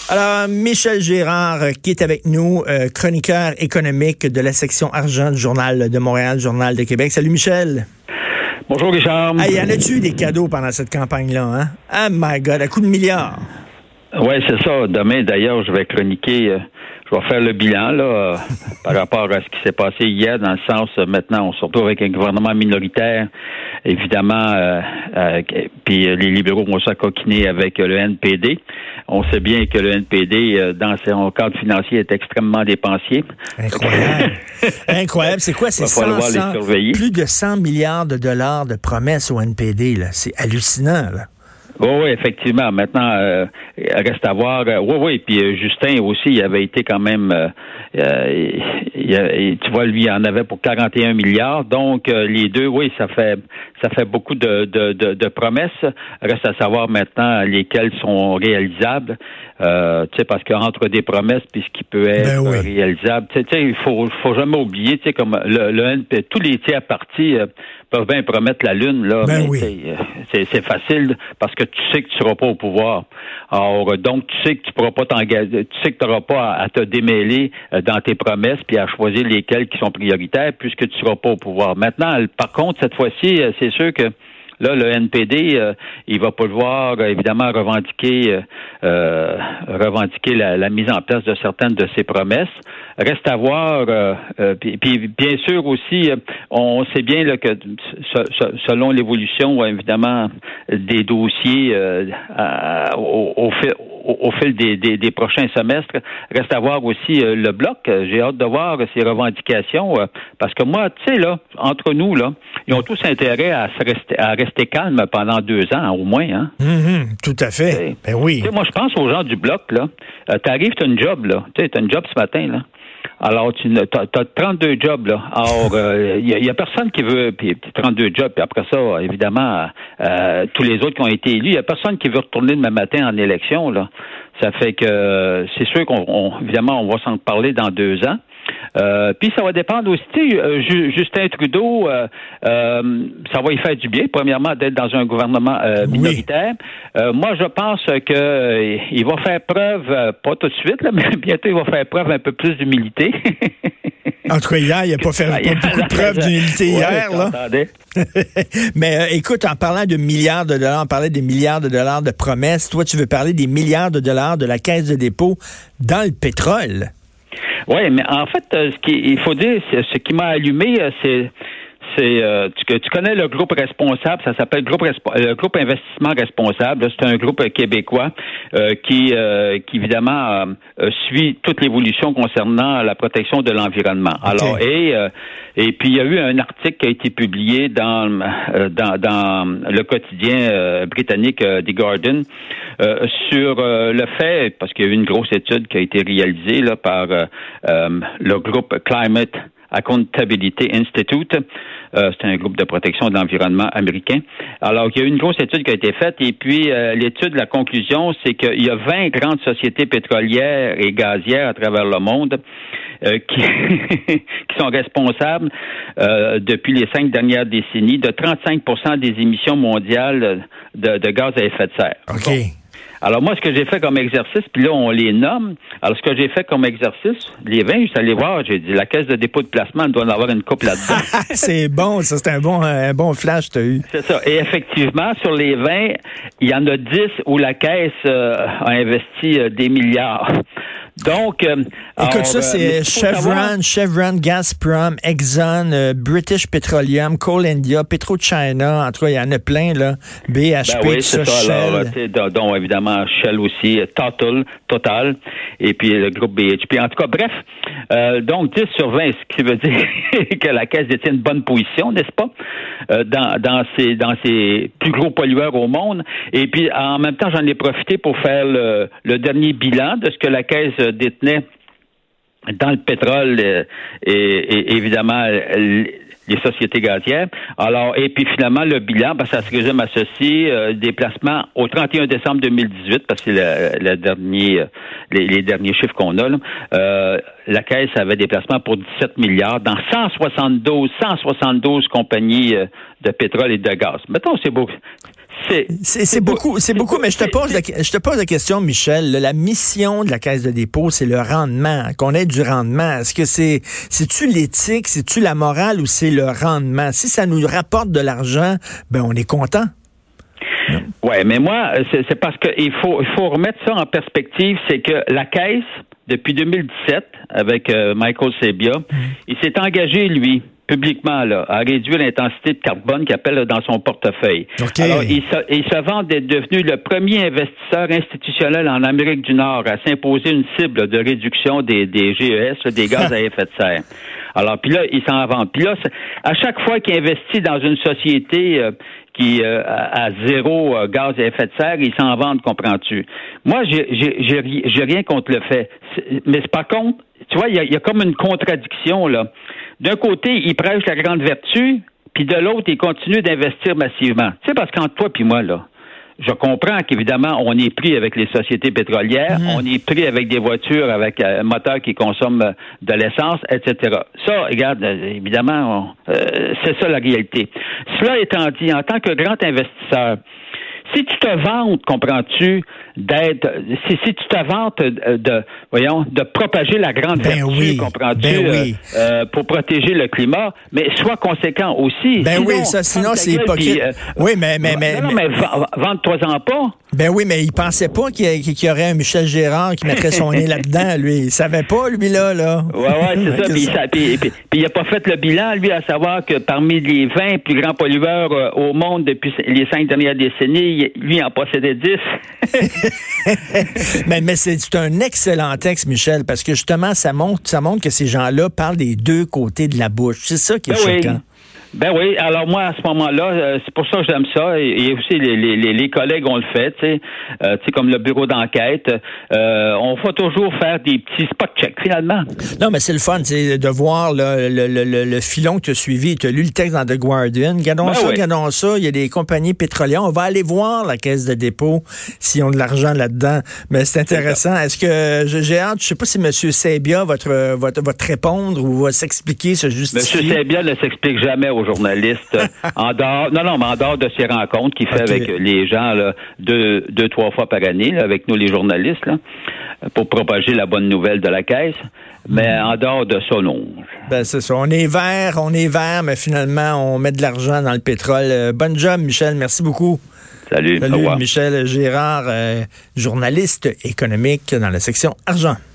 Alors, Michel Gérard, qui est avec nous, chroniqueur économique de la section argent du Journal de Montréal, Journal de Québec. Salut, Michel. Bonjour, Richard. Hey, y en a-tu eu des cadeaux pendant cette campagne-là, hein? Oh my God, à coups de milliards. Oui, c'est ça. Demain, d'ailleurs, je vais chroniquer, je vais faire le bilan là par rapport à ce qui s'est passé hier, dans le sens, maintenant, on se retrouve avec un gouvernement minoritaire, évidemment, puis les libéraux vont s'acoquiner avec le NPD. On sait bien que le NPD, dans son cadre financier, est extrêmement dépensier. Incroyable. Incroyable. C'est quoi? C'est plus de 100 milliards de dollars de promesses au NPD, là. C'est hallucinant, là. Oui, effectivement. Maintenant, reste à voir. Oui. Puis Justin aussi, il avait été quand même. Tu vois, lui, il en avait pour 41 milliards. Donc, les deux, oui, ça fait beaucoup de promesses. Reste à savoir maintenant lesquelles sont réalisables. Tu sais, parce qu'entre des promesses puis ce qui peut être réalisable, tu sais, il faut jamais oublier, tu sais, comme tous les tiers partis peuvent bien promettre la lune là, c'est facile parce que tu sais que tu seras pas au pouvoir. Alors donc tu sais que tu pourras pas t'engager, tu sais que tu n'auras pas à te démêler dans tes promesses puis à choisir lesquelles qui sont prioritaires puisque tu seras pas au pouvoir. Maintenant, par contre, cette fois-ci, c'est sûr que là, le NPD, il va pouvoir évidemment revendiquer la mise en place de certaines de ses promesses. Reste à voir. Puis bien sûr aussi, on sait bien là, que selon l'évolution, évidemment, des dossiers au fil des prochains semestres, reste à voir aussi le Bloc. J'ai hâte de voir ses revendications parce que moi, tu sais là, entre nous là, ils ont tous intérêt à rester calmes pendant 2 ans au moins. Hein? Tout à fait. Ben oui. Moi, je pense aux gens du Bloc là. T'arrives, t'as une job là. Tu sais, t'as une job ce matin là. Alors, t'as 32 jobs, là. Alors, y a personne qui veut, puis 32 jobs, puis après ça, évidemment, tous les autres qui ont été élus, il y a personne qui veut retourner demain matin en élection, là. Ça fait que, c'est sûr évidemment, on va s'en parler dans 2 ans. Puis ça va dépendre aussi, Justin Trudeau, ça va y faire du bien, premièrement, d'être dans un gouvernement minoritaire. Moi, je pense que il va faire preuve, pas tout de suite, là, mais bientôt, il va faire preuve un peu plus d'humilité. En tout cas, hier, il n'a pas fait beaucoup de preuves d'humilité hier, là. Mais écoute, en parlant de milliards de dollars, on parlait des milliards de dollars de promesses. Toi, tu veux parler des milliards de dollars de la Caisse de dépôt dans le pétrole. Oui, mais en fait, il faut dire, ce qui m'a allumé, tu connais le groupe responsable, ça s'appelle le groupe Investissement Responsable. C'est un groupe québécois qui évidemment suit toute l'évolution concernant la protection de l'environnement. Alors et puis il y a eu un article qui a été publié dans le quotidien britannique The Guardian sur le fait, parce qu'il y a eu une grosse étude qui a été réalisée là par le groupe Climate Accountability Institute. C'est un groupe de protection de l'environnement américain. Alors, il y a eu une grosse étude qui a été faite et puis l'étude, la conclusion, c'est qu'il y a 20 grandes sociétés pétrolières et gazières à travers le monde qui sont responsables depuis les 5 dernières décennies de 35% des émissions mondiales de gaz à effet de serre. OK. Bon. Alors, moi, ce que j'ai fait comme exercice, puis là, on les nomme. Alors, ce que j'ai fait comme exercice, les 20, je suis allé voir, j'ai dit, la caisse de dépôt de placement, elle doit en avoir une couple là-dedans. C'est bon, ça, c'est un bon flash, tu as eu. C'est ça. Et effectivement, sur les 20, il y en a 10 où la caisse a investi des milliards. Donc, écoute, ça, c'est Chevron, Gazprom, Exxon, British Petroleum, Coal India, PetroChina, en tout cas, il y en a plein, là. BHP, oui, tout ça, Shell. Alors, dont, évidemment, Shell aussi, Total, et puis le groupe BHP. En tout cas, bref, donc 10 sur 20, ce qui veut dire que la Caisse détient une bonne position, n'est-ce pas, dans ses plus gros pollueurs au monde. Et puis, en même temps, j'en ai profité pour faire le dernier bilan de ce que la Caisse détenait dans le pétrole et évidemment les sociétés gazières. Alors, et puis finalement, le bilan, ça se résume à ceci, des placements au 31 décembre 2018, parce que c'est les derniers chiffres qu'on a, là. La Caisse avait des placements pour 17 milliards dans 172 compagnies de pétrole et de gaz. Mettons, c'est beau. C'est beaucoup, mais je te pose la question, Michel. La mission de la Caisse de dépôt, c'est le rendement, qu'on ait du rendement. Est-ce que c'est-tu l'éthique, c'est-tu la morale ou c'est le rendement? Si ça nous rapporte de l'argent, ben on est content. Ouais, mais moi, c'est parce qu'il faut remettre ça en perspective. C'est que la Caisse, depuis 2017, avec Michael Sabia, il s'est engagé, lui, publiquement, là, à réduire l'intensité de carbone qu'il appelle dans son portefeuille. Okay. Alors, il se vante d'être devenu le premier investisseur institutionnel en Amérique du Nord à s'imposer une cible de réduction des GES, des gaz à effet de serre. Alors, puis là, il s'en vante. Puis là, à chaque fois qu'il investit dans une société qui à zéro gaz à effet de serre, il s'en vante, comprends-tu? Moi, j'ai rien contre le fait. Mais par contre, tu vois, il y a comme une contradiction, là. D'un côté, il prêche la grande vertu, puis de l'autre, il continue d'investir massivement. Tu sais, parce qu'entre toi puis moi, là, je comprends qu'évidemment, on est pris avec les sociétés pétrolières, on est pris avec des voitures avec un moteur qui consomme de l'essence, etc. Ça, regarde, évidemment, c'est ça la réalité. Cela étant dit, en tant que grand investisseur, si tu te vantes, comprends-tu, si tu te vantes de propager la grande vertu, comprends-tu, pour protéger le climat, mais sois conséquent aussi. Sinon c'est hypocrite. Oui, mais vante-toi-en pas. Ben oui, mais il pensait pas qu'il y aurait un Michel Gérard qui mettrait son nez là-dedans, lui. Il savait pas, lui, là. Ouais, c'est ça. Puis il a pas fait le bilan, lui, à savoir que parmi les 20 plus grands pollueurs au monde depuis les 5 dernières décennies, lui en possédait 10. mais c'est un excellent texte, Michel, parce que justement, ça montre que ces gens-là parlent des deux côtés de la bouche. C'est ça qui est choquant. Ben oui, alors moi, à ce moment-là, c'est pour ça que j'aime ça, et aussi les collègues ont le fait, tu sais, comme le bureau d'enquête, on va toujours faire des petits spot checks, finalement. Non, mais c'est le fun, c'est de voir le filon que tu as suivi, tu as lu le texte dans The Guardian, regardons ça, il y a des compagnies pétrolières, on va aller voir la Caisse de dépôt s'ils ont de l'argent là-dedans, mais c'est intéressant. Est-ce que, j'ai hâte, je sais pas si M. Sabia va te répondre ou va s'expliquer, se justifier. M. Sabia ne s'explique jamais aux journalistes en dehors de ces rencontres qu'il fait avec les gens là, deux, 3 fois par année, là, avec nous les journalistes, là, pour propager la bonne nouvelle de la Caisse. Mais en dehors de ça, non. Ben c'est ça. On est vert, mais finalement, on met de l'argent dans le pétrole. Bonne job, Michel. Merci beaucoup. Salut. Michel Gérard, journaliste économique dans la section Argent.